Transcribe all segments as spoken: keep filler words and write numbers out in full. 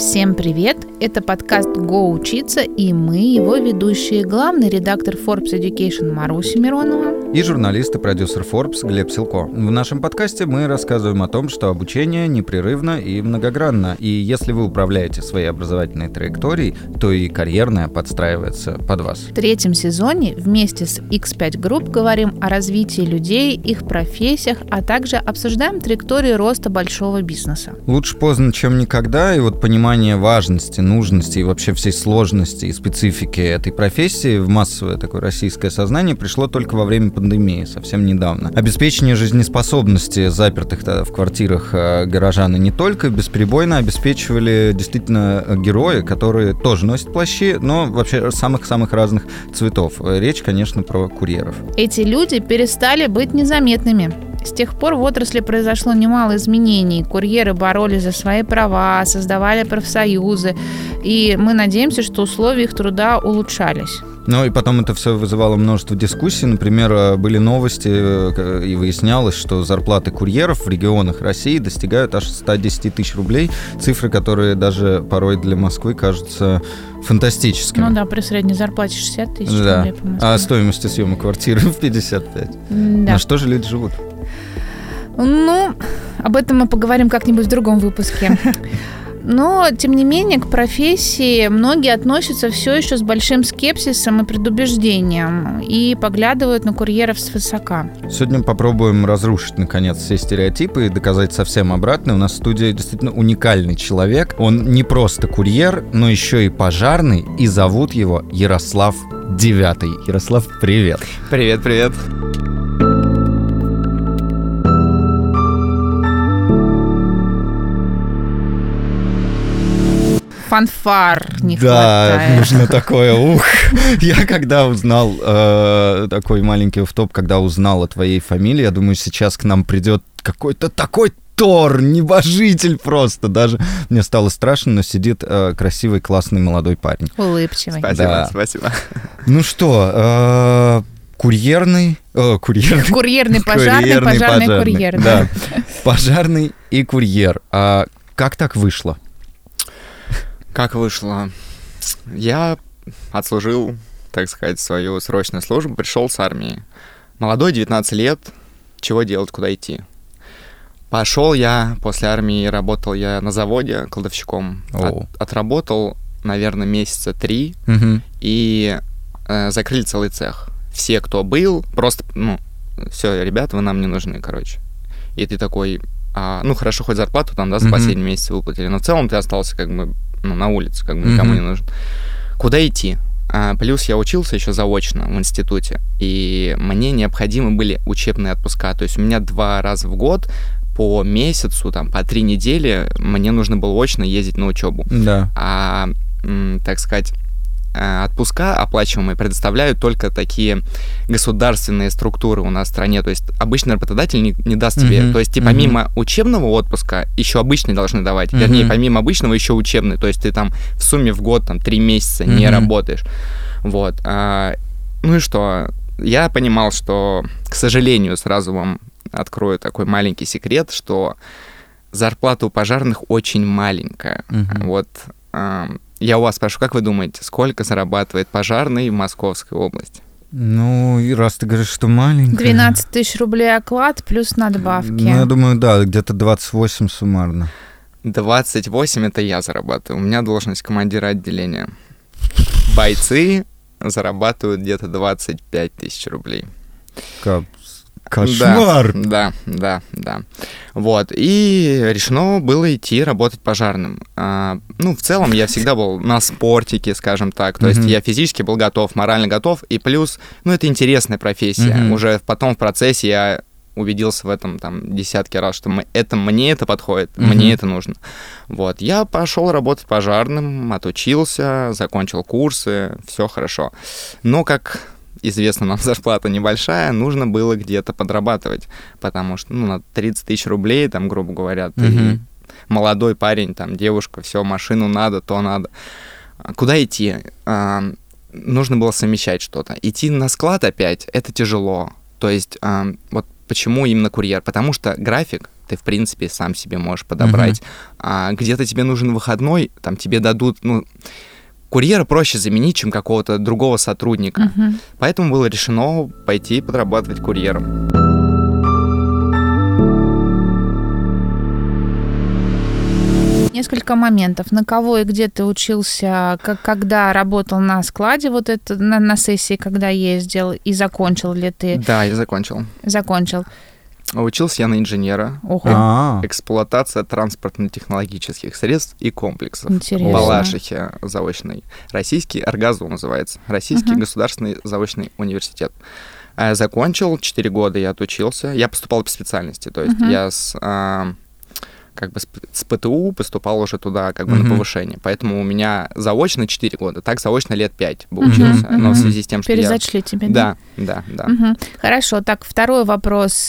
Всем привет! Это подкаст «Го учиться», и мы его ведущие, главный редактор Forbes Education Маруся Миронова и журналист и продюсер Forbes Глеб Силко. В нашем подкасте мы рассказываем о том, что обучение непрерывно и многогранно, и если вы управляете своей образовательной траекторией, то и карьерная подстраивается под вас. В третьем сезоне вместе с икс пять Group говорим о развитии людей, их профессиях, а также обсуждаем траекторию роста большого бизнеса. Лучше поздно, чем никогда, и вот понимание важности, нужности и вообще всей сложности и специфики этой профессии в массовое такое российское сознание пришло только во время пандемии, совсем недавно. Обеспечение жизнеспособности запертых тогда в квартирах горожан и не только бесперебойно обеспечивали действительно герои, которые тоже носят плащи, но вообще самых-самых разных цветов. Речь, конечно, про курьеров. Эти люди перестали быть незаметными. С тех пор в отрасли произошло немало изменений. Курьеры боролись за свои права, создавали профсоюзы, и мы надеемся, что условия их труда улучшались. Ну и потом это все вызывало множество дискуссий. Например, были новости, и выяснялось, что зарплаты курьеров в регионах России достигают аж сто десять тысяч рублей. Цифры, которые даже порой для Москвы кажутся фантастическими. Ну да, при средней зарплате шестьдесят тысяч да. рублей по Москве. А стоимости съема квартиры в пятьдесят пять. Да. На что же люди живут? Ну, об этом мы поговорим как-нибудь в другом выпуске. Но, тем не менее, к профессии многие относятся все еще с большим скепсисом и предубеждением и поглядывают на курьеров свысока. Сегодня попробуем разрушить, наконец, все стереотипы и доказать совсем обратное. У нас в студии действительно уникальный человек. Он не просто курьер, но еще и пожарный, и зовут его Ярослав Девятый. Ярослав, привет. Привет, привет. Фанфар не да, хватает. Да, нужно такое, ух. Я когда узнал, э, такой маленький офф-топ, когда узнал о твоей фамилии, я думаю, сейчас к нам придет какой-то такой Тор, небожитель просто. Даже мне стало страшно, но сидит э, красивый, классный молодой парень. Улыбчивый. Спасибо, да. спасибо. Ну что, э, курьерный... Э, курьерный... Курьерный, пожарный, курьерный, пожарный, пожарный, курьер. Да, пожарный и курьер. А как так вышло? Как вышло? Я отслужил, так сказать, свою срочную службу, пришел с армии. Молодой, девятнадцать лет, чего делать, куда идти? Пошел я, после армии работал я на заводе кладовщиком. От, отработал, наверное, месяца три, угу. и э, закрыли целый цех. Все, кто был, просто, ну, все, ребята, вы нам не нужны, короче. И ты такой, а, ну, хорошо, хоть зарплату там, да, за угу. последний месяц выплатили, но в целом ты остался как бы, ну, на улице, как бы никому mm-hmm. не нужен. Куда идти? А, плюс я учился еще заочно в институте, и мне необходимы были учебные отпуска. То есть у меня два раза в год по месяцу, там, по три недели мне нужно было очно ездить на учебу. Да. А, м, так сказать, отпуска оплачиваемые предоставляют только такие государственные структуры у нас в стране. То есть обычный работодатель не, не даст тебе. Mm-hmm. То есть ты помимо mm-hmm. учебного отпуска еще обычный должны давать. Mm-hmm. Вернее, помимо обычного еще учебный. То есть ты там в сумме в год там три месяца mm-hmm. не работаешь. Вот. А, ну и что? Я понимал, что, к сожалению, сразу вам открою такой маленький секрет, что зарплата у пожарных очень маленькая. Mm-hmm. Вот. А, я у вас спрошу, как вы думаете, сколько зарабатывает пожарный в Московской области? Ну, и раз ты говоришь, что маленькая... двенадцать тысяч рублей оклад плюс надбавки. Ну, я думаю, да, где-то двадцать восемь суммарно. двадцать восемь это я зарабатываю. У меня должность командира отделения. Бойцы зарабатывают где-то двадцать пять тысяч рублей. Как... Кошмар! Да, да, да, да. Вот, и решено было идти работать пожарным. А, ну, в целом, я всегда был на спортике, скажем так. То mm-hmm. есть я физически был готов, морально готов. И плюс, ну, это интересная профессия. Mm-hmm. Уже потом в процессе я убедился в этом там десятки раз, что мы, это, мне это подходит, mm-hmm. мне это нужно. Вот, я пошел работать пожарным, отучился, закончил курсы, все хорошо. Но как... известно, нам зарплата небольшая, нужно было где-то подрабатывать, потому что, ну, на тридцать тысяч рублей, там, грубо говоря, ты mm-hmm. молодой парень, там, девушка, все, машину надо, то надо. Куда идти? А, нужно было совмещать что-то. Идти на склад опять, это тяжело. То есть, а, вот почему именно курьер? Потому что график ты, в принципе, сам себе можешь подобрать. Uh-huh. А где-то тебе нужен выходной, там тебе дадут, ну, курьера проще заменить, чем какого-то другого сотрудника. Uh-huh. Поэтому было решено пойти подрабатывать курьером. Несколько моментов. На кого и где ты учился, как, когда работал на складе, вот это на, на сессии, когда ездил, и закончил ли ты? Да, я закончил. Закончил. Учился я на инженера. Ого. А-а-а. Эксплуатация транспортно-технологических средств и комплексов. Интересно. Балашихе заочный. Российский РГАЗУ называется. Российский uh-huh. государственный заочный университет. Закончил, четыре года я отучился. Я поступал по специальности, то есть uh-huh. я с... А, как бы с ПТУ поступал уже туда как бы mm-hmm. на повышение. Поэтому у меня заочно четыре года, так заочно лет пять бы учился. Mm-hmm. Но в связи с тем, что Перезачли я... тебе, да? Да, да, да. Mm-hmm. Хорошо, так, второй вопрос.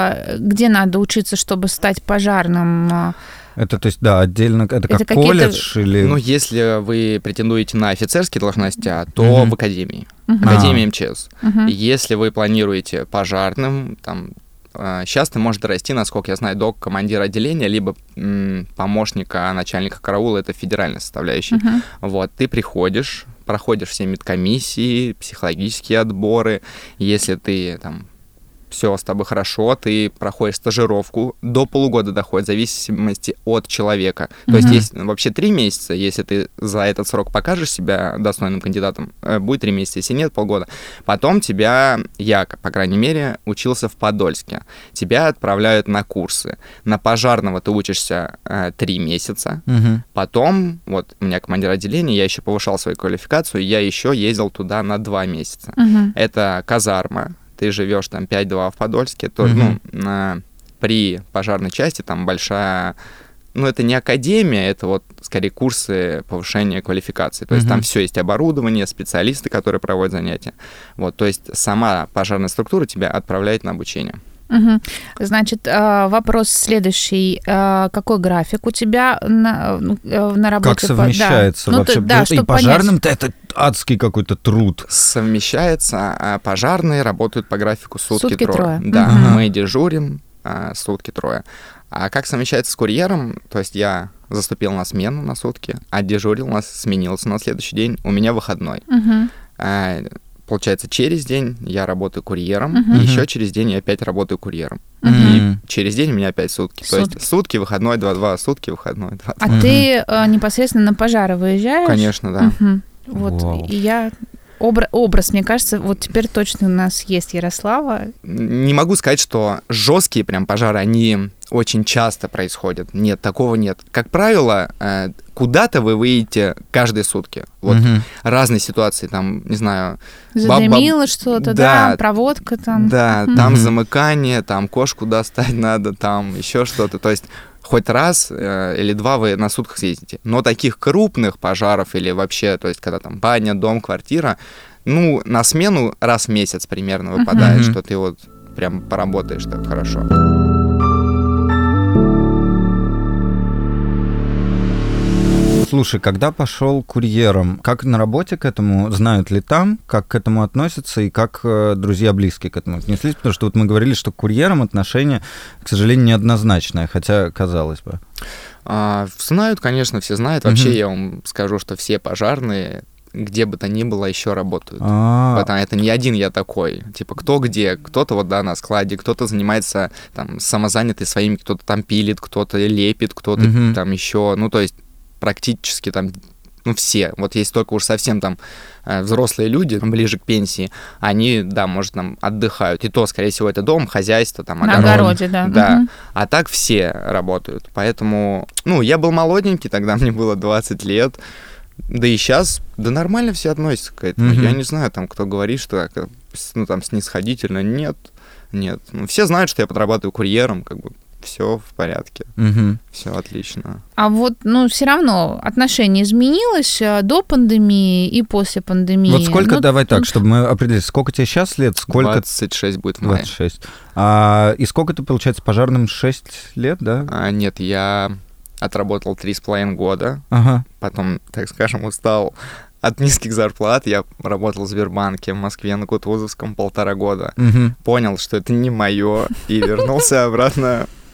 Где надо учиться, чтобы стать пожарным? Это, то есть, да, отдельно, это, это как колледж или... Ну, если вы претендуете на офицерские должности, то mm-hmm. в академии. Mm-hmm. Академия МЧС. Mm-hmm. Если вы планируете пожарным, там, сейчас ты можешь дорасти, насколько я знаю, до командира отделения, либо м, помощника начальника караула, это федеральная составляющая. Uh-huh. Вот, ты приходишь, проходишь все медкомиссии, психологические отборы. Если ты там все с тобой хорошо, ты проходишь стажировку, до полугода доходит, в зависимости от человека. То uh-huh. есть есть вообще три месяца, если ты за этот срок покажешь себя достойным кандидатом, будет три месяца, если нет, полгода. Потом тебя, я, по крайней мере, учился в Подольске, тебя отправляют на курсы. На пожарного ты учишься э, три месяца, uh-huh. потом, вот у меня командир отделения, я еще повышал свою квалификацию, я еще ездил туда на два месяца. Uh-huh. Это казарма. Ты живешь там пять-два в Подольске, то, mm-hmm. ну, на, при пожарной части там большая, ну, это не академия, это вот, скорее, курсы повышения квалификации. То mm-hmm. есть там все есть оборудование, специалисты, которые проводят занятия. Вот, то есть сама пожарная структура тебя отправляет на обучение. Угу. Значит, вопрос следующий. Какой график у тебя на, на работе? Как совмещается да. вообще? Ну, да, и пожарным-то это адский какой-то труд. Совмещается. Пожарные работают по графику сутки, сутки трое. трое. Да, угу. мы дежурим сутки трое. А как совмещается с курьером? То есть я заступил на смену на сутки, а дежурил, нас сменился на следующий день. У меня выходной. Угу. Получается, через день я работаю курьером, uh-huh. и еще через день я опять работаю курьером. Uh-huh. И через день у меня опять сутки. сутки. То есть сутки, выходной, два-два, сутки, выходной, два-два. А uh-huh. ты э, непосредственно на пожары выезжаешь? Конечно, да. Uh-huh. Вот, wow. и я... Обра- образ, мне кажется, вот теперь точно у нас есть Ярослава. Не могу сказать, что жесткие прям пожары, они очень часто происходят. Нет, такого нет. Как правило, куда-то вы выйдете каждые сутки. Вот угу. разные ситуации, там, не знаю... Задымило баб- что-то, да, да, проводка там. Да, угу. там замыкание, там кошку достать надо, там еще что-то. То есть хоть раз э, или два вы на сутках съездите. Но таких крупных пожаров или вообще, то есть когда там баня, дом, квартира, ну, на смену раз в месяц примерно выпадает, uh-huh. что ты вот прям поработаешь так хорошо. Слушай, когда пошел курьером, как на работе к этому, знают ли там, как к этому относятся и как э, друзья близкие к этому отнеслись? Потому что вот мы говорили, что к курьерам отношение, к сожалению, неоднозначное, хотя казалось бы. А, знают, конечно, все знают. Вообще, угу. я вам скажу, что все пожарные, где бы то ни было, еще работают. А-а-а. Потому это не один я такой. Типа, кто где? Кто-то вот, да, на складе, кто-то занимается там самозанятый своими, кто-то там пилит, кто-то лепит, кто-то угу. там еще, ну, то есть практически там, ну, все. Вот есть только уж совсем там э, взрослые люди, ближе к пенсии, они, да, может, там отдыхают. И то, скорее всего, это дом, хозяйство, там, огород. На огороде, да. Да. Угу. А так все работают. Поэтому, ну, я был молоденький, тогда мне было двадцать лет. Да и сейчас, да нормально все относятся к этому. Угу. Я не знаю, там, кто говорит, что, ну, там, снисходительно. Нет, нет. Ну, все знают, что я подрабатываю курьером, как бы. Все в порядке, угу. все отлично. А вот, ну, все равно отношение изменилось до пандемии и после пандемии. Вот сколько, ну, давай так, чтобы мы определились, сколько тебе сейчас лет? Сколько... двадцать шесть будет в мае. двадцать шесть. А, и сколько ты, получается, пожарным? шесть лет, да? А, нет, я отработал три с половиной года, ага. потом, так скажем, устал от низких зарплат. Я работал в Сбербанке в Москве на Кутузовском полтора года. Угу. Понял, что это не мое, и вернулся обратно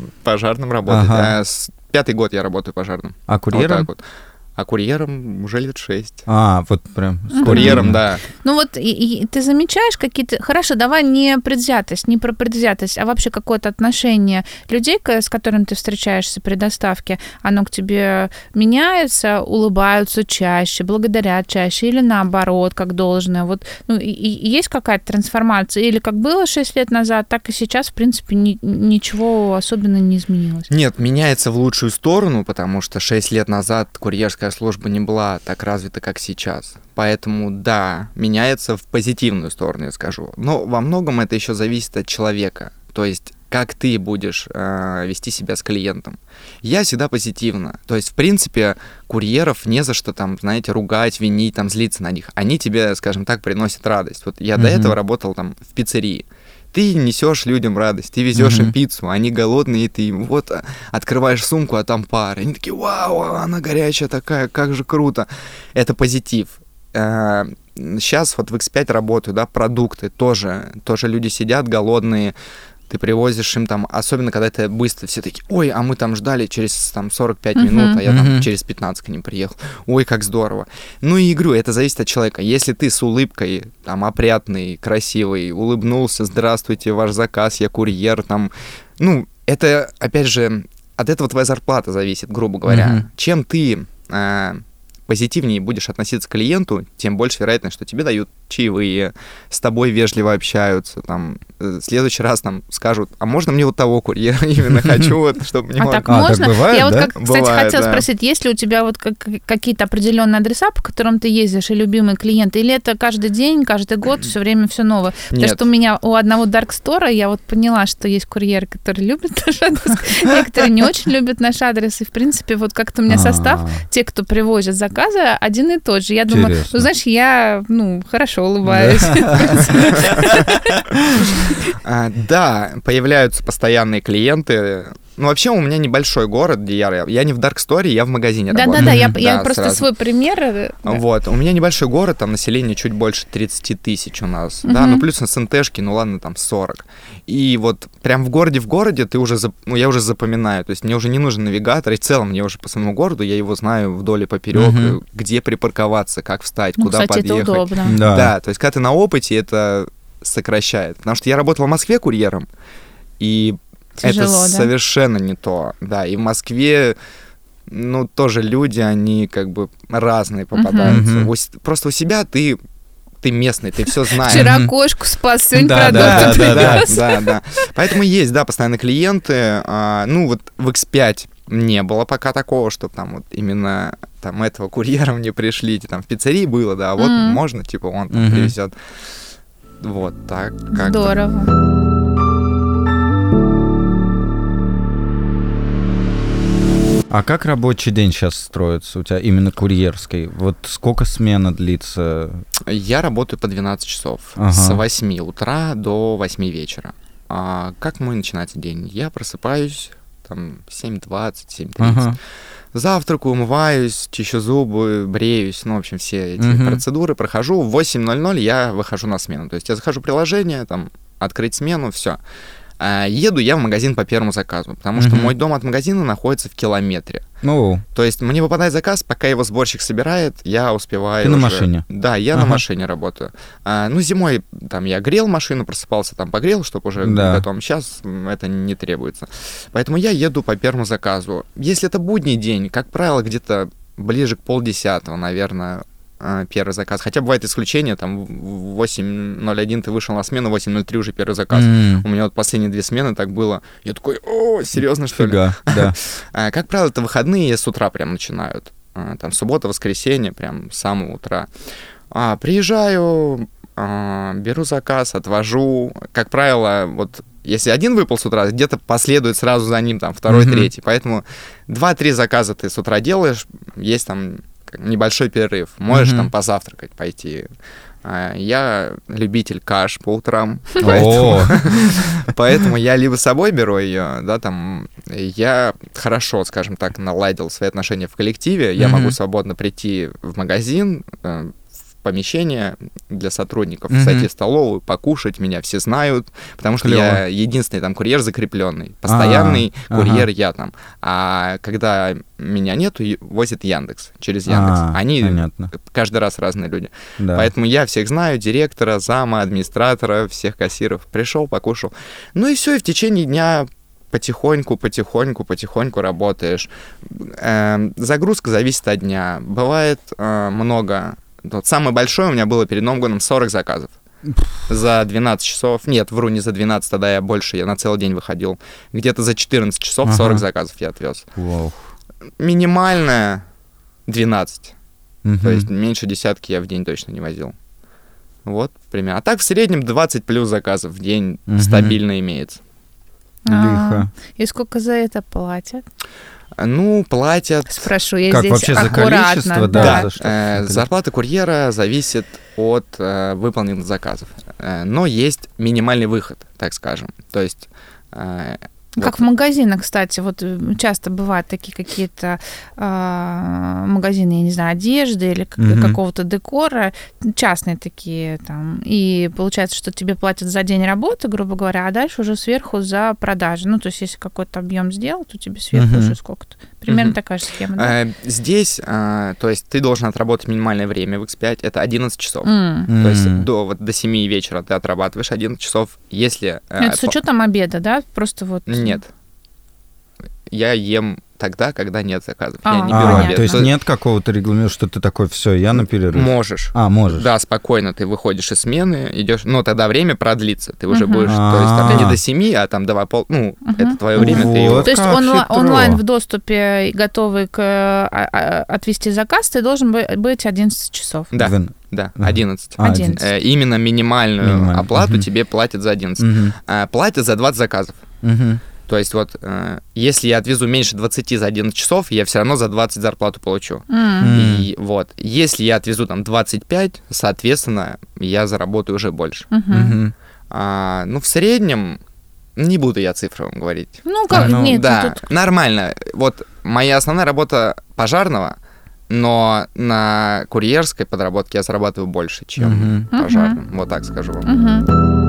Пожарным работать. Ага. А, с... Пятый год я работаю пожарным. А курьером? Вот так вот. А курьером уже лет шесть. А, вот прям. С курьером, да. Ну вот и, и ты замечаешь какие-то... Хорошо, давай не предвзятость, не про предвзятость, а вообще какое-то отношение людей, с которыми ты встречаешься при доставке, оно к тебе меняется, улыбаются чаще, благодарят чаще или наоборот, как должное. Вот, ну, и, и есть какая-то трансформация? Или как было шесть лет назад, так и сейчас, в принципе, ни, ничего особенно не изменилось? Нет, меняется в лучшую сторону, потому что шесть лет назад курьерская служба не была так развита, как сейчас. Поэтому, да, меняется в позитивную сторону, я скажу. Но во многом это еще зависит от человека. То есть, как ты будешь э, вести себя с клиентом. Я всегда позитивно. То есть, в принципе, курьеров не за что там, знаете, ругать, винить, там, злиться на них. Они тебе, скажем так, приносят радость. Вот я mm-hmm. до этого работал там в пиццерии. Ты несешь людям радость, ты везешь mm-hmm. им пиццу, они голодные, и ты им вот открываешь сумку, а там пар. Они такие, вау, она горячая такая, как же круто. Это позитив. Сейчас вот в икс пять работаю, да, продукты тоже, тоже люди сидят голодные, ты привозишь им там, особенно когда это быстро, все такие, ой, а мы там ждали через там сорок пять uh-huh, минут, а я uh-huh. там через пятнадцать к ним приехал, ой, как здорово. Ну и игру, это зависит от человека. Если ты с улыбкой, там, опрятный, красивый, улыбнулся, здравствуйте, ваш заказ, я курьер, там, ну, это, опять же, от этого твоя зарплата зависит, грубо говоря. Uh-huh. Чем ты... Э- позитивнее будешь относиться к клиенту, тем больше вероятность, что тебе дают чаевые, с тобой вежливо общаются, там, в следующий раз там скажут, а можно мне вот того курьера именно хочу, вот, чтобы не А мог... так А, можно? так бывает, Я вот, да? как, кстати, Бывает, хотела да. спросить, есть ли у тебя вот как- какие-то определенные адреса, по которым ты ездишь, и любимые клиенты, или это каждый день, каждый год, все время все новое? Потому Нет. что у меня у одного даркстора я вот поняла, что есть курьеры, которые любят наш адрес, некоторые не очень любят наш адрес, и, в принципе, вот как-то у меня состав, те, кто привозят заказы, один и тот же. Я думаю, Интересно. ну, знаешь, я, ну, хорошо улыбаюсь. А, Да, появляются постоянные клиенты. Ну, вообще, у меня небольшой город, где я... Я не в дарксторе, я в магазине работаю. Да-да-да, я, я Да, просто сразу. свой пример. э, да. Вот, у меня небольшой город, там население чуть больше тридцать тысяч у нас, Мгм. да, ну плюс на СНТшки, ну ладно, там сорок. И вот прям в городе в городе ты уже, зап- ну я уже запоминаю, то есть мне уже не нужен навигатор, и в целом мне уже по своему городу, я его знаю вдоль и поперек, Мгм. где припарковаться, как встать, Ну, куда кстати, подъехать. это удобно. Да. Да, то есть когда ты на опыте, это сокращает. Потому что я работал в Москве курьером, и Тяжело, это да? совершенно не то. Да, и в Москве, ну, тоже люди, они как бы разные попадаются. Мгм. У с- просто у себя ты, ты местный, ты все знаешь. Вчера кошку спас, сегодня Да, продукты да, да, да. привез. Да, да. Поэтому есть, да, постоянно клиенты. А, ну, вот в икс пять не было пока такого, чтобы там вот именно там этого курьера мне пришлите. Там в пиццерии было, да, а вот Мгм. можно, типа, он там Мгм. привезет. Вот так. как-то. Здорово. А как рабочий день сейчас строится у тебя, именно курьерский? Вот сколько смена длится? Я работаю по двенадцать часов. Ага. С восьми утра до восьми вечера. А как мой начинается день? Я просыпаюсь там семь двадцать, семь тридцать. Ага. Завтракаю, умываюсь, чищу зубы, бреюсь, ну, в общем, все эти Мгм. процедуры прохожу. В восемь ноль ноль я выхожу на смену. То есть я захожу в приложение, там, открыть смену, все. Еду я в магазин по первому заказу, потому что Мгм. мой дом от магазина находится в километре. Ну, То есть мне выпадает заказ, пока его сборщик собирает, я успеваю. Ты на уже- машине? Да, я Ага. на машине работаю. А, ну, зимой там я грел машину, просыпался, там погрел, чтобы уже Да. готовым. Сейчас м, это не требуется. Поэтому я еду по первому заказу. Если это будний день, как правило, где-то ближе к полдесятого, наверное, а, первый заказ. Хотя бывает исключение, там в восемь ноль один ты вышел на смену, в восемь ноль три уже первый заказ. м, У меня вот последние две смены так было. Я такой, о, серьезно, что ли? фига, да. А, Как правило, это выходные с утра прям начинают. А, Там суббота, воскресенье, прям с самого утра. А, Приезжаю, а, беру заказ, отвожу. Как правило, вот если один выпал с утра, где-то последует сразу за ним там второй, Мгм. третий. Поэтому два-три заказа ты с утра делаешь, есть там как небольшой перерыв. Можешь Мгм. там позавтракать пойти. А, Я любитель каш по утрам, О, поэтому, поэтому я либо с собой беру ее, да, там, я хорошо, скажем так, наладил свои отношения в коллективе, я Мгм. могу свободно прийти в магазин, э, помещение для сотрудников, Мгм. зайти в столовую, покушать, меня все знают, потому что Клёво. я единственный там курьер закрепленный, постоянный А, курьер ага. я там. А когда меня нету, и- возит Яндекс, через Яндекс. А, Они понятно. каждый раз разные люди. Да. Поэтому я всех знаю, директора, зама, администратора, всех кассиров. Пришел, покушал. Ну и все, и в течение дня потихоньку, потихоньку, потихоньку работаешь. Эм, загрузка зависит от дня. Бывает э, много. Вот самое большое у меня было перед Новым годом сорок заказов. За двенадцать часов. Нет, вру, не за двенадцать, тогда я больше, я на целый день выходил. Где-то за четырнадцать часов Ага. сорок заказов я отвез. Вау. Минимальная двенадцать. Мгм. То есть меньше десятки я в день точно не возил. Вот, примерно. А так в среднем двадцать плюс заказов в день Мгм. стабильно имеется. Лихо. А, И сколько за это платят? Ну, платят... Спрошу я Как здесь вообще за аккуратно. количество, да. да, Да, за что? э, зарплата курьера зависит от э, выполненных заказов. Э, но есть минимальный выход, так скажем. То есть... э, Как вот- в магазинах, кстати, вот э, часто бывают такие какие-то а, магазины, я не знаю, одежды или как- Мгм. какого-то декора, частные такие там, и получается, что тебе платят за день работы, грубо говоря, а дальше уже сверху за продажи. Ну, то есть, если какой-то объем сделал, то тебе сверху Мгм. уже сколько-то. Примерно Мгм. такая же схема, да? э, здесь, э, то есть ты должен отработать минимальное время в икс пять, это одиннадцать часов. М. То есть М. до, вот, до семи вечера ты отрабатываешь одиннадцать часов. Если... э, Это с по- учетом обеда, да? Просто вот... Нет. Я ем тогда, когда нет заказов. А, я не ну, беру А, понятно. обед. то есть нет какого-то регламента, что ты такой, все, я на перерыв. Можешь. А, можешь. Да, спокойно ты выходишь из смены, идешь, но тогда время продлится. Ты уже Мгм. будешь, то есть там не А. до семи, а там до пол, ну, Мгм. это твое время, ты его... Вот. То есть как онла- хитро. онлайн в доступе, и готовый к а, а, отвести заказ, ты должен бы- быть одиннадцать часов. Да, Двен- да, Ага. одиннадцать. А, одиннадцать. Э, Именно минимальную Минимально. оплату Мгм. тебе платят за одиннадцать. Мгм. А, Платят за двадцать заказов. Мгм. То есть вот, э, если я отвезу меньше двадцати за одиннадцать часов, я все равно за двадцать зарплату получу. М. М. И вот, если я отвезу там двадцать пять, соответственно, я заработаю уже больше. Мгм. Мгм. А, ну, в среднем, не буду я цифры вам говорить. Ну, как, А, ну, нет, Да, тут... нормально. Вот моя основная работа пожарного, но на курьерской подработке я зарабатываю больше, чем Мгм. пожарным. Вот так скажу вам. Мгм.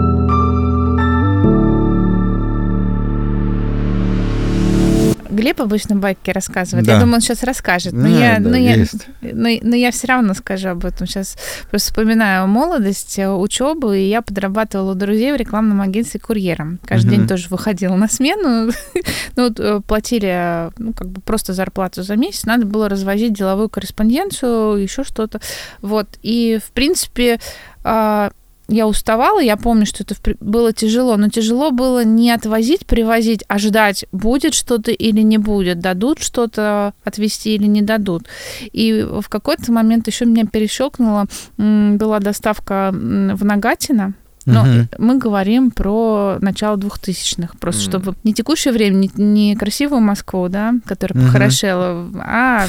Глеб обычно байки рассказывает. Да. Я думаю, он сейчас расскажет. Но, Не, я, да, но, я, есть. но, но я все равно скажу об этом. Сейчас просто вспоминаю молодость, учебу, и я подрабатывала у друзей в рекламном агентстве курьером. Каждый Мгм. день тоже выходила на смену. Ну, вот, э, платили ну, как бы просто зарплату за месяц. Надо было развозить деловую корреспонденцию, еще что-то. Вот. И, в принципе, а, я уставала, я помню, что это в при- было тяжело, но тяжело было не отвозить, привозить, а ждать, будет что-то или не будет, дадут что-то отвезти или не дадут. И в какой-то момент еще меня перещелкнуло, м, была доставка м, в Нагатино. Но Мгм. мы говорим про начало двухтысячных, просто Мгм. чтобы не текущее время, не, не красивую Москву, да, которая Мгм. похорошела, а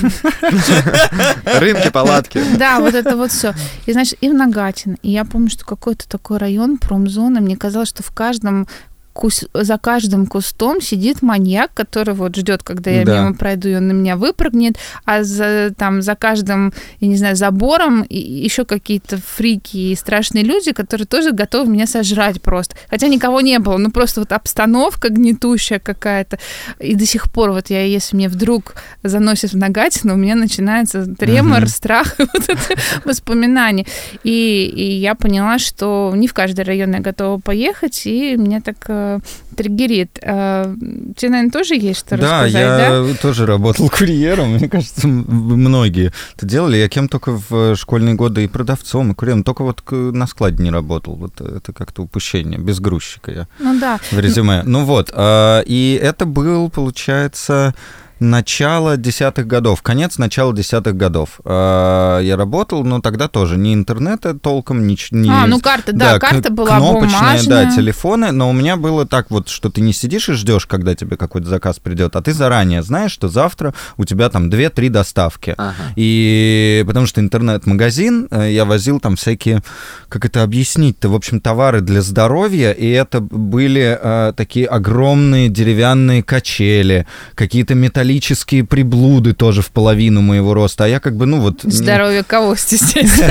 Рынки, палатки. да, вот это вот все. И, значит, и в Нагатино. И я помню, что какой-то такой район, промзона, мне казалось, что в каждом кус- за каждым кустом сидит маньяк, который вот ждет, когда я Да. мимо пройду, и он на меня выпрыгнет, а за, там, за каждым, я не знаю, забором еще какие-то фрики и страшные люди, которые тоже готовы меня сожрать просто. Хотя никого не было, ну просто вот обстановка гнетущая какая-то. И до сих пор вот я, если мне вдруг заносит в Нагатино, у меня начинается тремор, Мгм. страх, вот это воспоминание. И, и я поняла, что не в каждый район я готова поехать, и меня так э, триггерит. Э, тебе, наверное, тоже есть что Да, рассказать, я да? тоже работал курьером. Мне кажется, м- многие это делали. Я кем только в школьные годы и продавцом, и курьером. Только вот к- на складе не работал. Вот это как-то упущение. Без грузчика я Ну да. в резюме. Ну вот. а, И это был, получается, начало десятых годов, конец начала десятых годов. А, Я работал, но тогда тоже ни интернета толком, ни... ни- А, ну карта, да, к- карта была кнопочные, бумажная. да, телефоны, но у меня было так вот, что ты не сидишь и ждешь, когда тебе какой-то заказ придет, а ты заранее знаешь, что завтра у тебя там две-три доставки. Ага. И потому что интернет-магазин, э, я возил там всякие, как это объяснить-то, в общем, товары для здоровья, и это были э, такие огромные деревянные качели, какие-то металлические металлические приблуды тоже в половину моего роста, а я как бы, ну вот... Здоровье кого стесняется?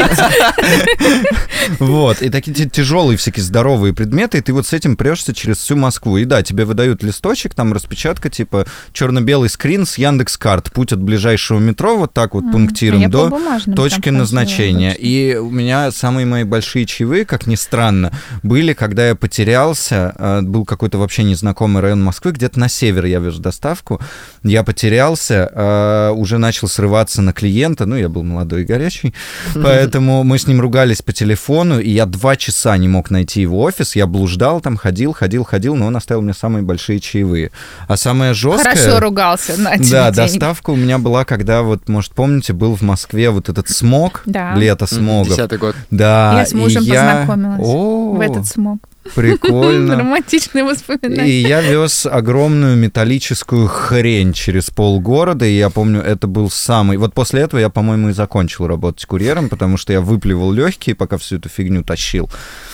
Вот, и такие тяжелые всякие здоровые предметы, и ты вот с этим прешься через всю Москву. И да, тебе выдают листочек, там распечатка, типа черно-белый скрин с Яндекс.Карт, путь от ближайшего метро, вот так вот пунктиром до точки назначения. И у меня самые мои большие чаевые, как ни странно, были, когда я потерялся, был какой-то вообще незнакомый район Москвы, где-то на север я вез доставку, я потерялся, уже начал срываться на клиента, ну, я был молодой и горячий, поэтому мы с ним ругались по телефону, и я два часа не мог найти его офис, я блуждал там, ходил, ходил, ходил, но он оставил мне самые большие чаевые. А самое жесткое... Хорошо ругался, на тебе Да, денег. Доставка у меня была, когда, вот, может, помните, был в Москве вот этот смог, да. лето смога. Десятый год. Да. Я с мужем я... познакомилась О, в этот смог. Прикольно. Романтичные воспоминания. И я вез огромную металлическую хрень через полгорода, и я помню, это был самый... Вот после этого я, по-моему, и закончил работать курьером, потому что я выплевал легкие, пока всю эту фигню тащил.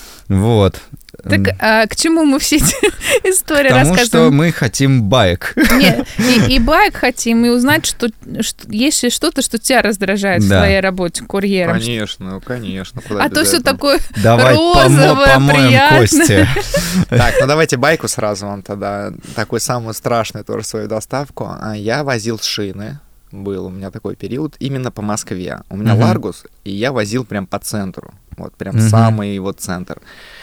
Вот. Так а к чему мы все эти истории Потому рассказываем? что мы хотим баек. Нет, и, и баек хотим, и узнать, что, что есть ли что-то, что тебя раздражает да. в твоей работе курьером. Конечно, конечно. Куда а то все такое Давай розовое, помо- приятное. Кости. Так, ну давайте байку сразу вам тогда. Такую самую страшную тоже свою доставку. Я возил шины. Был у меня такой период именно по Москве. У меня uh-huh. Ларгус, и я возил прям по центру. Вот прям uh-huh. самый вот центр.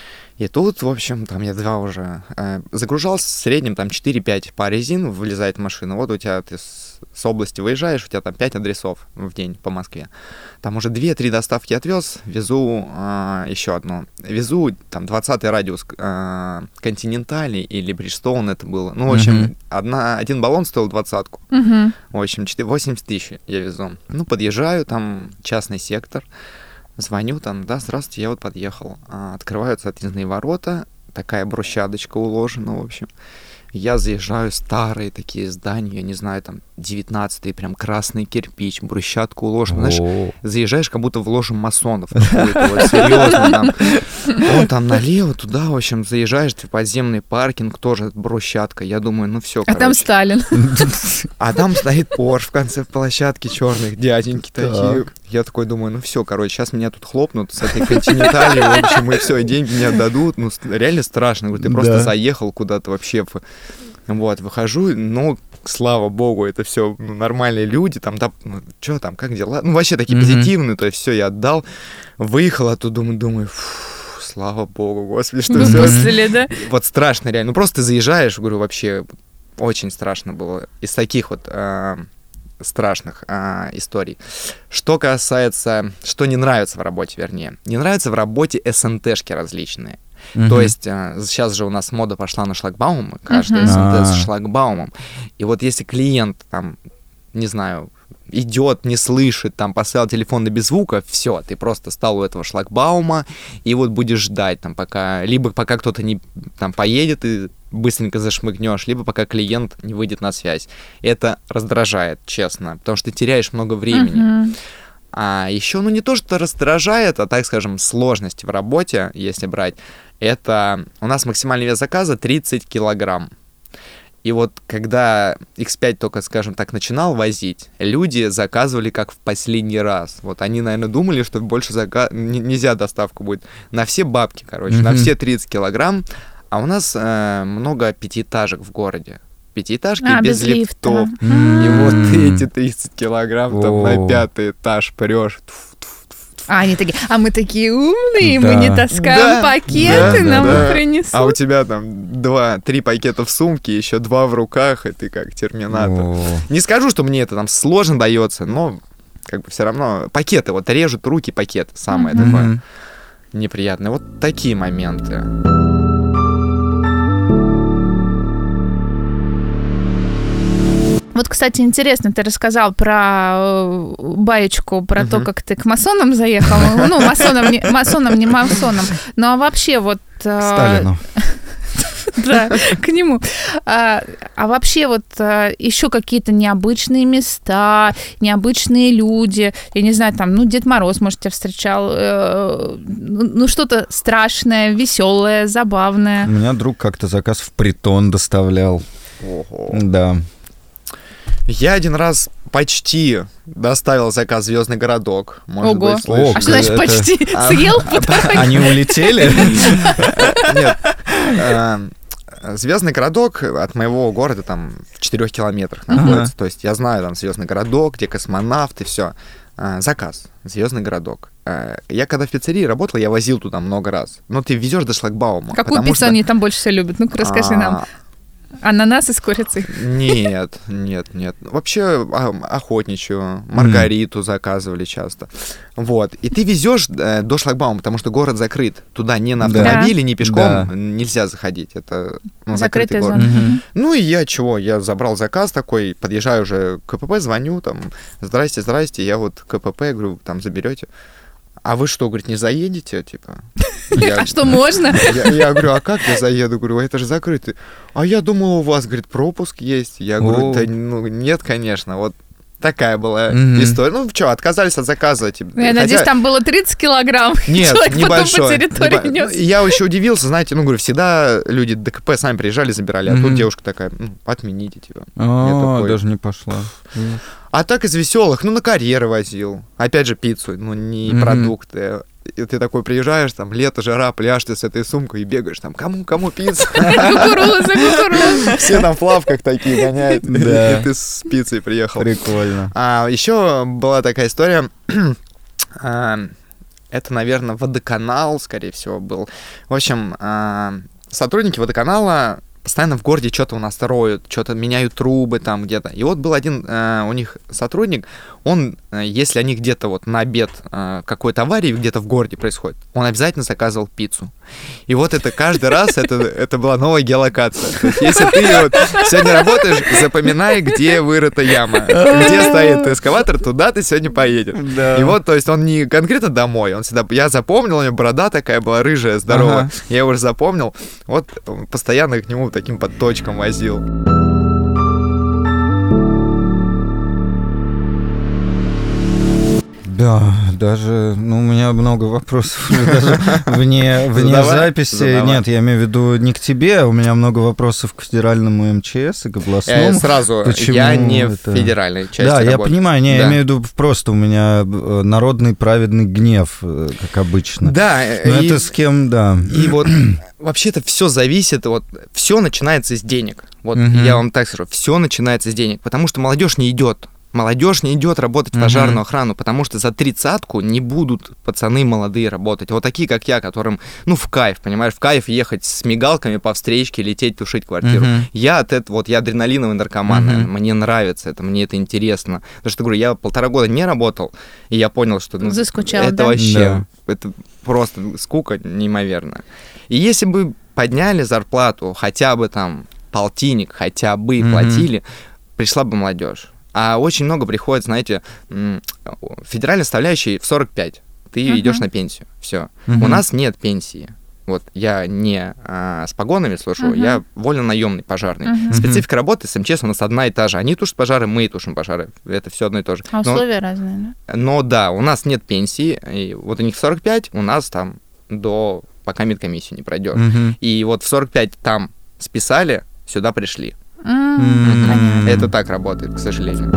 И тут, в общем, там я два уже э, загружал в среднем там четыре-пять пар резин, вылезает машина. Вот у тебя ты с, с области выезжаешь, у тебя там пять адресов в день по Москве. Там уже две-три доставки отвез, везу э, еще одну. Везу там двадцатый радиус э, Континентали или Бриджстоун это было. Ну, в общем, uh-huh. одна, один баллон стоил двадцатку. Uh-huh. В общем, восемьдесят тысяч я везу. Ну, подъезжаю, там частный сектор. Звоню там, да, здравствуйте, я вот подъехал. А, открываются отъездные ворота, такая брусчаточка уложена, в общем. Я заезжаю, старые такие здания, я не знаю, там, девятнадцатый, прям красный кирпич, брусчатку уложена. Знаешь, заезжаешь, как будто в ложу масонов какую-то, вот, серьезно, там. Он там налево, туда, в общем, заезжаешь, в подземный паркинг, тоже брусчатка. Я думаю, ну все, А там Сталин. А там стоит Порш в конце площадки, черных дяденьки такие. Я такой думаю, ну все, короче, сейчас меня тут хлопнут с этой Континенталью, в общем, и все, и деньги мне отдадут. Ну, реально страшно. Ты просто да. заехал куда-то вообще. Вот, выхожу, ну, слава богу, это все ну, нормальные люди, там, да, ну, что там, как дела? Ну, вообще такие mm-hmm. позитивные, то есть все, я отдал, выехал оттуда, думаю, думаю, фу, слава богу, господи, что все. Выпустили, да? Вот страшно реально. Ну, просто ты заезжаешь, говорю, вообще очень страшно было. Из таких вот... страшных а, историй. Что касается, что не нравится в работе, вернее. Не нравится в работе эс эн тэшки различные. Uh-huh. То есть а, сейчас же у нас мода пошла на шлагбаумы, каждый uh-huh. эс эн тэ с шлагбаумом. И вот если клиент там, не знаю, идет, не слышит, там, поставил телефон на без звука, все, ты просто стал у этого шлагбаума, и вот будешь ждать, там, пока, либо пока кто-то не, там, поедет, и быстренько зашмыгнешь, либо пока клиент не выйдет на связь. Это раздражает, честно, потому что ты теряешь много времени. Uh-huh. А еще, ну, не то, что раздражает, а, так скажем, сложности в работе, если брать, это у нас максимальный вес заказа тридцать килограмм. И вот когда икс пять только, скажем так, начинал возить, люди заказывали как в последний раз. Вот они, наверное, думали, что больше зака... Н- нельзя доставку будет. На все бабки, короче, mm-hmm. на все тридцать килограмм. А у нас э, много пятиэтажек в городе. Пятиэтажки а, без, без лифтов. Mm-hmm. И вот эти тридцать килограмм oh. там на пятый этаж прешь. А они такие, а мы такие умные, да. мы не таскаем да, пакеты, да, нам да. их принесут. А у тебя там два-три пакета в сумке, еще два в руках, и ты как терминатор. О. Не скажу, что мне это там сложно дается, но как бы все равно пакеты, вот режут руки пакеты, самое mm-hmm. такое неприятное. Вот такие моменты. Вот, кстати, интересно, ты рассказал про баечку, про uh-huh. то, как ты к масонам заехал. Ну, масонам, не, масонам, не масонам. Ну, а вообще вот... Сталину. Да, к нему. А, а вообще вот а, еще какие-то необычные места, необычные люди. Я не знаю, там, ну, Дед Мороз, может, тебя встречал. Э, ну, что-то страшное, веселое, забавное. У меня друг как-то заказ в притон доставлял. Ого. Да. Я один раз почти доставил заказ «Звездный городок». Может Ого. быть, слышали. А что значит это- почти? А, Съел по дороге? Они улетели? Нет. Звездный городок от моего города там в четырех километрах находится. То есть я знаю там Звездный городок, где космонавт и все. Заказ. Звездный городок. Я когда в пиццерии работал, я возил туда много раз. Но ты везешь до шлагбаума. Какую потому пиццу что- они там больше всего любят? Ну-ка, расскажи нам. А, Ананасы с курицей. Нет, нет, нет. Вообще а, охотничью, маргариту заказывали часто. Вот. И ты везешь э, до шлагбаума, потому что город закрыт. Туда ни на Да. автомобиле, ни пешком Да. нельзя заходить. Это ну, Закрытая закрытый город. зона. Мгм. Ну и я чего? Я забрал заказ такой, подъезжаю уже к КПП, звоню там, здрасте, здрасте, я вот КПП, говорю, там заберете. А вы что, говорит, не заедете, типа? Я- А что, можно? я, я говорю, а как я заеду? Говорю, это же закрыто. А я думал, у вас, говорит, пропуск есть. Я говорю, О. да ну, нет, конечно. Вот такая была Мгм. история. Ну, что, отказались от заказа. Типа, Ну, я хотя- надеюсь, там было тридцать килограмм. Нет, Человек потом по небольшой. территории Небо- нес. Ну, Я еще удивился, знаете, ну, говорю, всегда люди ДКП сами приезжали, забирали, а тут Мгм. девушка такая, ну, отмените, типа. Я О, такой- даже не пошла. А так из веселых, ну, на карьеры возил. Опять же, пиццу, ну, не Мгм. продукты. И ты такой приезжаешь, там, лето, жара, пляж, ты с этой сумкой и бегаешь, там, кому, кому пицца? Кукуруза, кукуруза. Все там в плавках такие гоняют, Да. и ты с пиццей приехал. Прикольно. А еще была такая история, а, это, наверное, водоканал, скорее всего, был. В общем, а, сотрудники водоканала постоянно в городе что-то у нас строят, что-то меняют трубы там где-то. И вот был один э, у них сотрудник, он, э, если они где-то вот на обед э, какой-то аварии где-то в городе происходит, он обязательно заказывал пиццу. И вот это каждый раз, это, это была новая геолокация. То есть, если ты вот сегодня работаешь, запоминай, где вырыта яма, где стоит эскаватор, туда ты сегодня поедешь. Да. И вот, то есть, он не конкретно домой, он всегда... Я запомнил, у него борода такая была рыжая, здоровая. Ага. Я его уже запомнил. Вот постоянно к нему таким подточком возил. Да, даже, ну, у меня много вопросов уже даже вне, вне Задавай, записи. задавай. Нет, я имею в виду не к тебе, у меня много вопросов к федеральному эм че эс и к Э, областному. сразу, почему я не это- в федеральной части Да, я работаю. понимаю, не, Да. я имею в виду просто у меня э, народный праведный гнев, э, как обычно. Да, э, Но и, это с кем, да. и вот вообще-то все зависит, вот все начинается с денег. Вот Мгм. я вам так скажу, все начинается с денег, потому что молодежь не идет. Молодежь не идет работать в Мгм. пожарную охрану, потому что за тридцатку не будут пацаны молодые работать. Вот такие, как я, которым, ну, в кайф, понимаешь, в кайф ехать с мигалками по встречке, лететь, тушить квартиру. Мгм. Я от этого, вот я адреналиновый наркоман, Мгм. наверное, мне нравится это, мне это интересно. Потому что, говорю, я полтора года не работал, и я понял, что ну, Заскучал, это да? вообще, это просто скука неимоверная. И если бы подняли зарплату хотя бы там полтинник, хотя бы Мгм. платили, пришла бы молодежь. А очень много приходит, знаете, м, федеральной составляющей в сорок пять. Ты Мгм. идешь на пенсию. Все. Мгм. У нас нет пенсии. Вот я не а, с погонами служу, Мгм. я вольно-наемный пожарный. Мгм. Специфика работы с эм че эс у нас одна и та же. Они тушат пожары, мы тушим пожары. Это все одно и то же. А Но- условия разные, да? но да, у нас нет пенсии. И вот у них сорок пять, у нас там до пока медкомиссию не пройдешь. Мгм. И вот в сорок пять там списали, сюда пришли. М, М. понятно. Это так работает, к сожалению.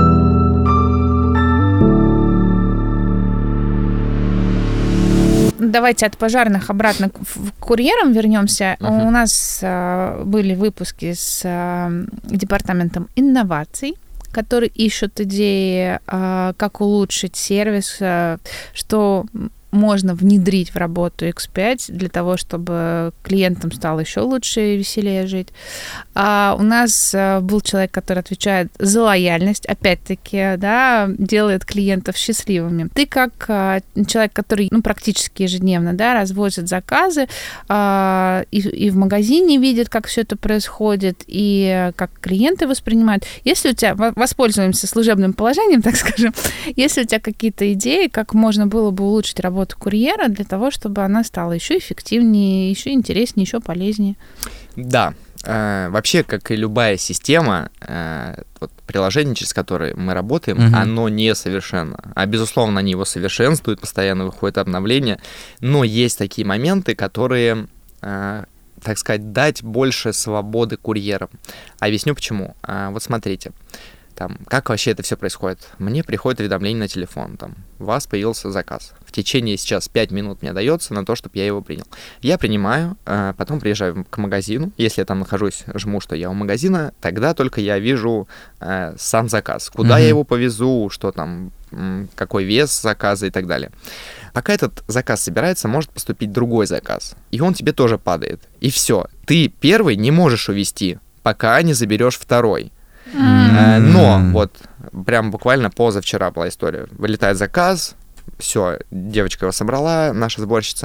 Давайте от пожарных обратно к в- к курьерам вернемся. Мгм. У нас а, были выпуски с а, департаментом инноваций, которые ищут идеи, а, как улучшить сервис, а, что можно внедрить в работу икс пять для того, чтобы клиентам стало еще лучше и веселее жить. А у нас а, был человек, который отвечает за лояльность, опять-таки, да, делает клиентов счастливыми. Ты как а, человек, который, ну, практически ежедневно, да, развозит заказы, а, и, и в магазине видит, как все это происходит, и как клиенты воспринимают. Если у тебя, во- воспользуемся служебным положением, так скажем, если у тебя какие-то идеи, как можно было бы улучшить работу курьера для того, чтобы она стала еще эффективнее, еще интереснее, еще полезнее. Да. Э, вообще, как и любая система, э, вот приложение, через которое мы работаем, Мгм. оно несовершенно. А, безусловно, они его совершенствуют, постоянно выходят обновления. Но есть такие моменты, которые, э, так сказать, дать больше свободы курьерам. Объясню почему. А, вот смотрите. Там, как вообще это все происходит? Мне приходит уведомление на телефон, там, у вас появился заказ. В течение сейчас пять минут мне дается на то, чтобы я его принял. Я принимаю, потом приезжаю к магазину. Если я там нахожусь, жму, что я у магазина, тогда только я вижу э, сам заказ. Куда mm-hmm. я его повезу, что там, какой вес заказа и так далее. Пока этот заказ собирается, может поступить другой заказ. И он тебе тоже падает. И все. Ты первый не можешь увезти, пока не заберешь второй. Mm-hmm. Но вот прям буквально позавчера была история. Вылетает заказ, все, девочка его собрала, наша сборщица.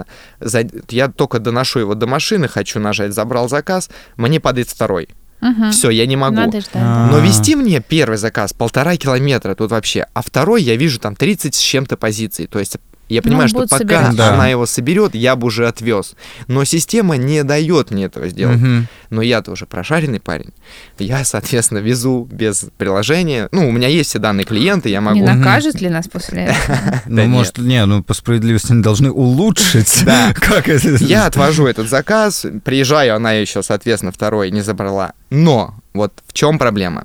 Я только доношу его до машины, хочу нажать «Забрал заказ», мне падает второй. Uh-huh. Все, я не могу. Надо ждать, да. Но вести мне первый заказ полтора километра тут вообще, а второй я вижу там тридцать с чем-то позиций. То есть я понимаю, ну, что пока собирать. Она да. его соберет, я бы уже отвез. Но система не дает мне этого сделать. Uh-huh. Но я-то уже прошаренный парень. Я, соответственно, везу без приложения. Ну, у меня есть все данные клиента, я могу... Не накажет ли нас после этого? Ну, может, не, ну, по справедливости они должны улучшить. Да. Я отвожу этот заказ, приезжаю, она еще, соответственно, второй не забрала. Но вот в чем проблема?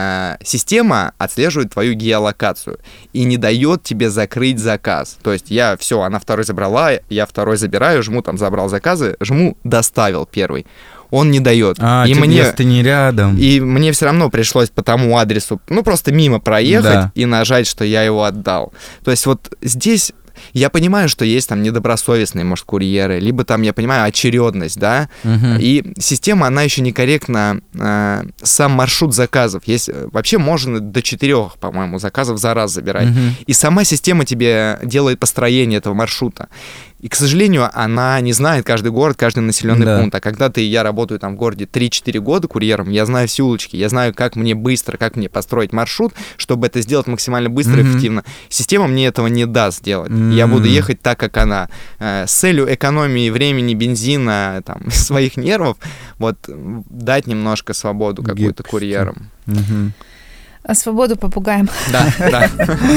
Система отслеживает твою геолокацию и не дает тебе закрыть заказ. То есть я все, она второй забрала, я второй забираю, жму там «Забрал заказы», жму «Доставил» первый. Он не дает. А, и тебе, мне, если ты не рядом. И мне все равно пришлось по тому адресу, ну, просто мимо проехать да. и нажать, что я его отдал. То есть вот здесь... Я понимаю, что есть там недобросовестные, может, курьеры, либо там, я понимаю, очередность, да, uh-huh. и система, она еще некорректно э, сам маршрут заказов. Есть, вообще можно до четырех, по-моему, заказов за раз забирать. Uh-huh. И сама система тебе делает построение этого маршрута. И, к сожалению, она не знает каждый город, каждый населенный да. пункт. А когда ты, я работаю там в городе три-четыре года курьером, я знаю все улочки, я знаю, как мне быстро, как мне построить маршрут, чтобы это сделать максимально быстро и mm-hmm. эффективно. Система мне этого не даст сделать. Mm-hmm. Я буду ехать так, как она. Э, с целью экономии времени, бензина, там, своих нервов, вот, дать немножко свободу какую-то курьерам. Mm-hmm. А свободу попугаем. Да, да.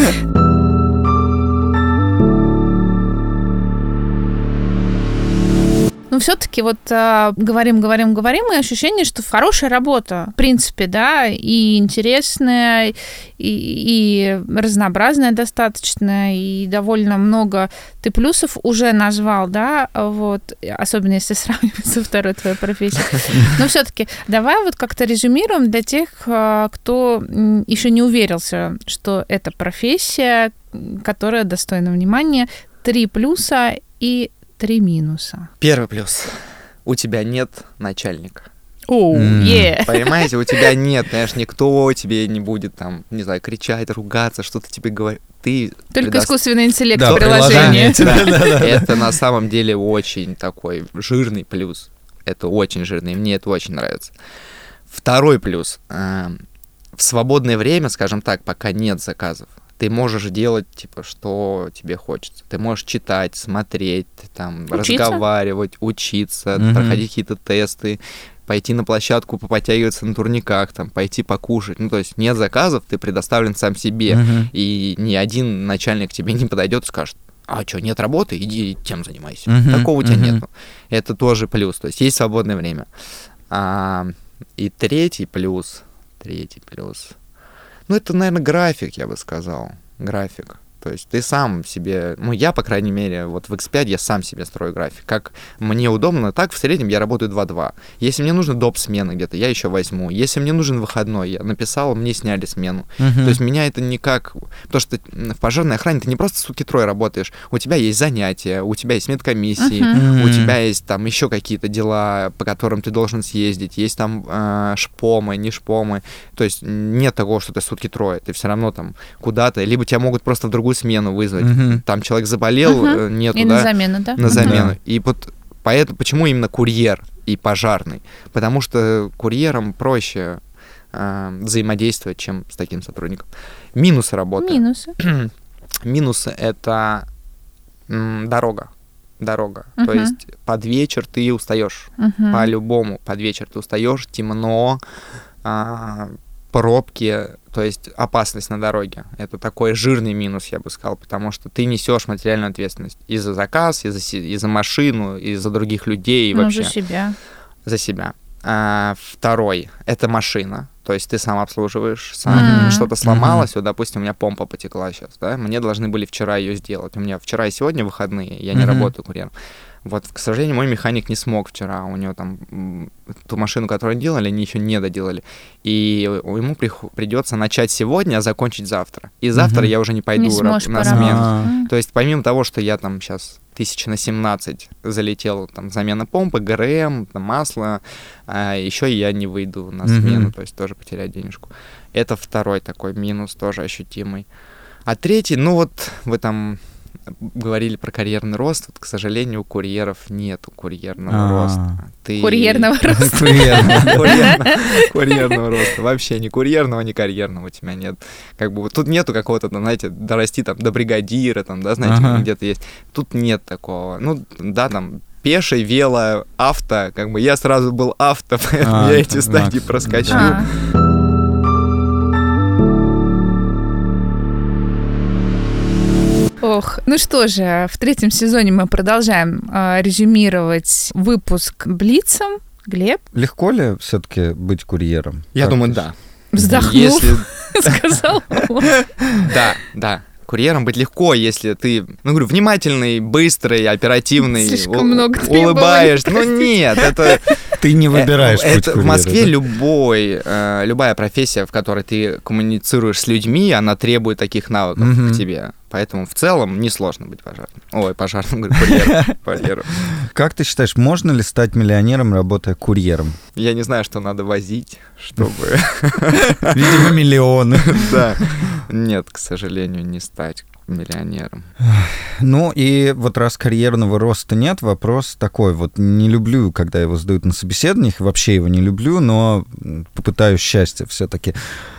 Но все-таки вот а, говорим, говорим, говорим, и ощущение, что хорошая работа, в принципе, да, и интересная, и, и разнообразная достаточно, и довольно много ты плюсов уже назвал, да, вот, особенно если сравнивать со второй твоей профессией. Но все-таки давай вот как-то резюмируем для тех, кто еще не уверился, что это профессия, которая достойна внимания, три плюса и три минуса. Первый плюс. У тебя нет начальника. Оу, oh, yeah. Понимаете, у тебя нет, конечно, никто тебе не будет там, не знаю, кричать, ругаться, что-то тебе говорит. Ты Только предаст... искусственный интеллект да, в приложении. Да. Это на самом деле очень такой жирный плюс. Это очень жирный, мне это очень нравится. Второй плюс. В свободное время, скажем так, пока нет заказов, ты можешь делать, типа, что тебе хочется. Ты можешь читать, смотреть, там, учиться? разговаривать, учиться, mm-hmm. проходить какие-то тесты, пойти на площадку, поподтягиваться на турниках, там, пойти покушать. Ну, то есть нет заказов, ты предоставлен сам себе. Mm-hmm. И ни один начальник к тебе не подойдет и скажет: а что, нет работы? Иди тем занимайся. Mm-hmm. Такого у тебя mm-hmm. нет. Это тоже плюс. То есть есть свободное время. А, и третий плюс... Третий плюс... Ну, это, наверное, график, я бы сказал. График. То есть ты сам себе... Ну, я, по крайней мере, вот в икс пять я сам себе строю график. Как мне удобно, так в среднем я работаю два-два. Если мне нужно доп. Смена где-то, я еще возьму. Если мне нужен выходной, я написал, мне сняли смену. Uh-huh. То есть меня это никак... Потому что в пожарной охране ты не просто сутки трое работаешь. У тебя есть занятия, у тебя есть медкомиссии, uh-huh. у тебя есть там еще какие-то дела, по которым ты должен съездить. Есть там э, шпомы, не шпомы. То есть нет того, что ты сутки трое. Ты все равно там куда-то... Либо тебя могут просто в другую смену вызвать. Uh-huh. Там человек заболел, uh-huh. нету, и да? на замену, да? На замену. Uh-huh. И вот поэтому, почему именно курьер и пожарный? Потому что курьерам проще э, взаимодействовать, чем с таким сотрудником. Минусы работы. Минусы. Минусы — это м, дорога. Дорога. Uh-huh. То есть под вечер ты устаешь. Uh-huh. По-любому под вечер ты устаешь, темно, э, пробки, то есть опасность на дороге. Это такой жирный минус, я бы сказал, потому что ты несешь материальную ответственность и за заказ, и за, и за машину, и за других людей, и ну, вообще. за себя. За себя. А, второй — это машина. То есть ты сам обслуживаешь, сам Mm-hmm. что-то сломалось. Mm-hmm. Вот, допустим, у меня помпа потекла сейчас, да, мне должны были вчера ее сделать. У меня вчера и сегодня выходные, я не mm-hmm. работаю курьером. Вот, к сожалению, мой механик не смог вчера. У него там ту машину, которую делали, они еще не доделали. И ему при- придется начать сегодня, а закончить завтра. И завтра mm-hmm. я уже не пойду не раб- на поработать. смену. Mm-hmm. То есть помимо того, что я там сейчас тысяч на семнадцать залетел, там, замена помпы, ГРМ, там, масло, а еще я не выйду на смену, mm-hmm. то есть тоже потерять денежку. Это второй такой минус, тоже ощутимый. А третий, ну вот вы там говорили про карьерный рост, вот, к сожалению, у курьеров нету курьерного роста. Ты... Курьерного роста. Курьерного роста. Вообще ни курьерного, ни карьерного у тебя нет. Как бы вот тут нету какого-то, знаете, дорасти там до бригадира, там, да, знаете, где-то есть. Тут нет такого. Ну, да, там, пеший, вело, авто, как бы я сразу был авто, поэтому я эти стадии проскочил. Ох, ну что же, в третьем сезоне мы продолжаем э, резюмировать выпуск Блицом. Глеб? Легко ли все-таки быть курьером? Я как думаю, ты... да. Вздохнув, Если... сказал он. Да, да. Курьером быть легко, если ты, ну, говорю, внимательный, быстрый, оперативный, Слишком у- много улыбаешься. Ну, требований, нет, это... Ты не выбираешь путь Это курьера, в Москве да? любой, э, любая профессия, в которой ты коммуницируешь с людьми, она требует таких навыков Мгм. к тебе. Поэтому в целом несложно быть пожарным. Ой, пожарным, говорю, курьером. курьером. Как ты считаешь, можно ли стать миллионером, работая курьером? Я не знаю, что надо возить, чтобы... Видимо, миллионы. Да. Нет, к сожалению, не стать миллионером. Ну и вот раз карьерного роста нет, вопрос такой. Вот не люблю, когда его задают на собеседованиях, вообще его не люблю, но попытаюсь счастья все-таки.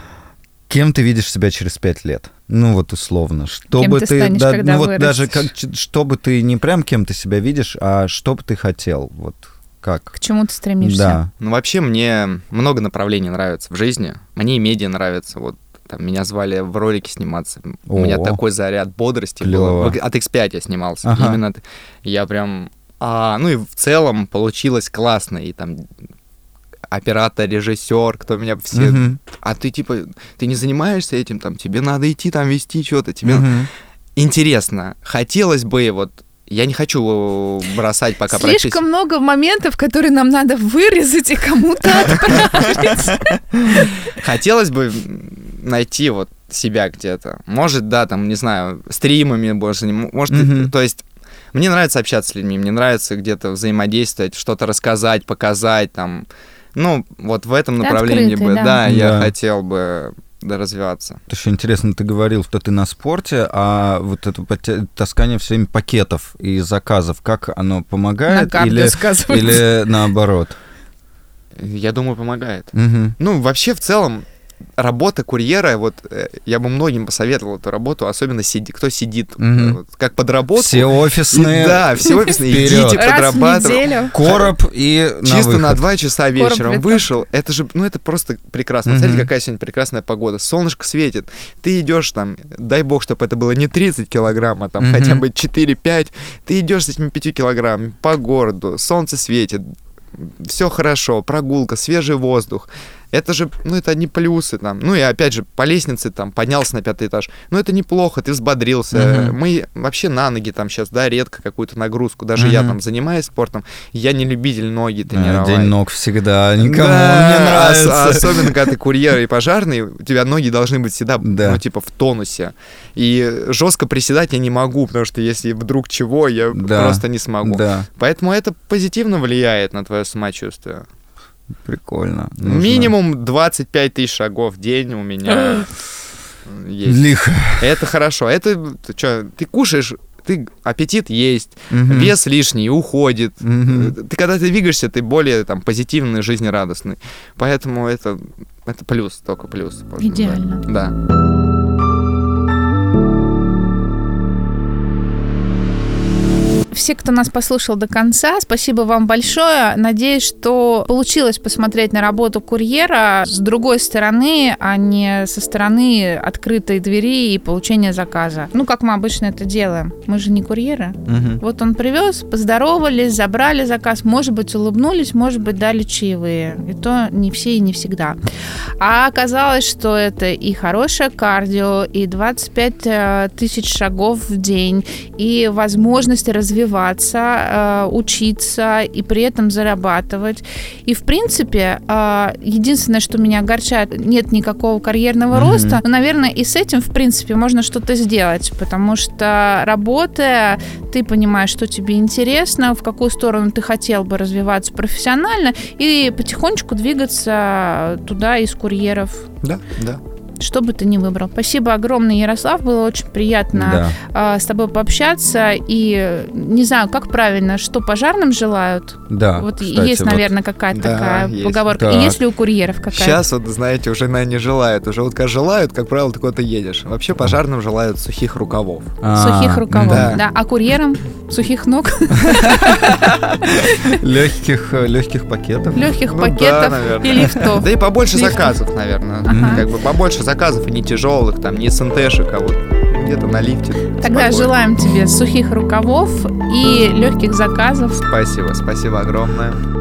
Кем ты видишь себя через пять лет? Ну вот условно. Чтобы Кем ты станешь, да, когда ну вот вырастешь? даже как, чтобы ты не прям кем ты себя видишь, а что бы ты хотел? Вот как? К чему ты стремишься? Да. Ну, вообще, мне много направлений нравится в жизни. Мне и медиа нравится. Вот там, меня звали в ролике сниматься. О. У меня такой заряд бодрости Клёво. был. От икс пять я снимался. Ага. Именно от- я прям... А, ну и в целом получилось классно. И там оператор, режиссер, кто меня все... Мгм. А ты типа, ты не занимаешься этим, там, тебе надо идти там вести что-то. Тебе Мгм. интересно. Хотелось бы вот... Я не хочу бросать пока Слишком профессию. много моментов, которые нам надо вырезать и кому-то отправить. Хотелось бы найти вот себя где-то. Может, да, там, не знаю, стримами больше. не- Может, Мгм. то есть мне нравится общаться с людьми, мне нравится где-то взаимодействовать, что-то рассказать, показать там. Ну, вот в этом Ты направлении открытый, бы, да. да, я Да. хотел бы да, развиваться. Вот еще интересно, ты говорил, что ты на спорте, а вот это поте- таскание все время пакетов и заказов, как оно На помогает кардио или, сказывается. или наоборот? Я думаю, помогает. Мгм. Ну, вообще, в целом, работа курьера, вот э, я бы многим посоветовал эту работу, особенно сиди, кто сидит, Мгм. э, вот, как подработку. Все офисные, И- Да, все офисные. Вперед. Идите Раз в подрабатывать. неделю. короб и на Чисто на выход. два часа вечером Короб вышел. Это же, ну, это просто прекрасно. Вот Мгм. Смотрите, какая сегодня прекрасная погода. Солнышко светит. Ты идешь там, дай бог, чтобы это было не тридцать килограмм, а там Мгм. хотя бы четыре-пять. Ты идешь с этими пятью килограммами по городу, солнце светит, все хорошо, прогулка, свежий воздух. Это же, ну, это одни плюсы там. Ну, и опять же, по лестнице там поднялся на пятый этаж. Ну, это неплохо, ты взбодрился. Мгм. Мы вообще на ноги там сейчас, да, редко какую-то нагрузку. Даже я Мгм. там занимаюсь спортом, я не любитель ноги А, тренировать. День ног всегда, никому Да, не нравится. ос- особенно, когда ты курьер и пожарный, у тебя ноги должны быть всегда, Да. ну, типа, в тонусе. И жестко приседать я не могу, потому что если вдруг чего, я Да. просто не смогу. Да, Поэтому это позитивно влияет на твое самочувствие. прикольно. Нужно. Минимум двадцать пять тысяч шагов в день у меня есть. Лихо. Это хорошо. Это ты, чё, ты кушаешь, ты аппетит есть, Мгм. вес лишний уходит. Мгм. Ты когда ты двигаешься, ты более там позитивный, жизнерадостный. Поэтому это, это плюс, только плюс. можно Идеально. сказать. Да. все, кто нас послушал до конца, спасибо вам большое. Надеюсь, что получилось посмотреть на работу курьера с другой стороны, а не со стороны открытой двери и получения заказа. Ну, как мы обычно это делаем. Мы же не курьеры. Угу. Вот он привез, поздоровались, забрали заказ, может быть, улыбнулись, может быть, дали чаевые. И то не все и не всегда. А оказалось, что это и хорошее кардио, и двадцать пять тысяч шагов в день, и возможность развиваться, учиться, и при этом зарабатывать. И, в принципе, единственное, что меня огорчает, нет никакого карьерного mm-hmm. роста, но, наверное, и с этим, в принципе, можно что-то сделать, потому что, работая, ты понимаешь, что тебе интересно, в какую сторону ты хотел бы развиваться профессионально, и потихонечку двигаться туда из курьеров. Да, да. Что бы ты ни выбрал. Спасибо огромное, Ярослав. Было очень приятно да. э, с тобой пообщаться. И не знаю, как правильно, что пожарным желают? Да. Вот кстати, есть, вот... наверное, какая-то да, такая есть. поговорка. Да. И есть ли у курьеров какая-то? Сейчас, вот, знаете, уже, наверное, не желают. Уже вот как желают, как правило, ты куда-то едешь. Вообще пожарным желают сухих рукавов. Сухих рукавов, да. да. А курьерам сухих ног? Легких легких пакетов. Легких пакетов и лифтов. Да и побольше заказов, наверное. Как бы побольше заказов, и не тяжелых, там, не СНТшек, а вот где-то на лифте. Тогда желаем тебе сухих рукавов и легких заказов. Спасибо, спасибо огромное.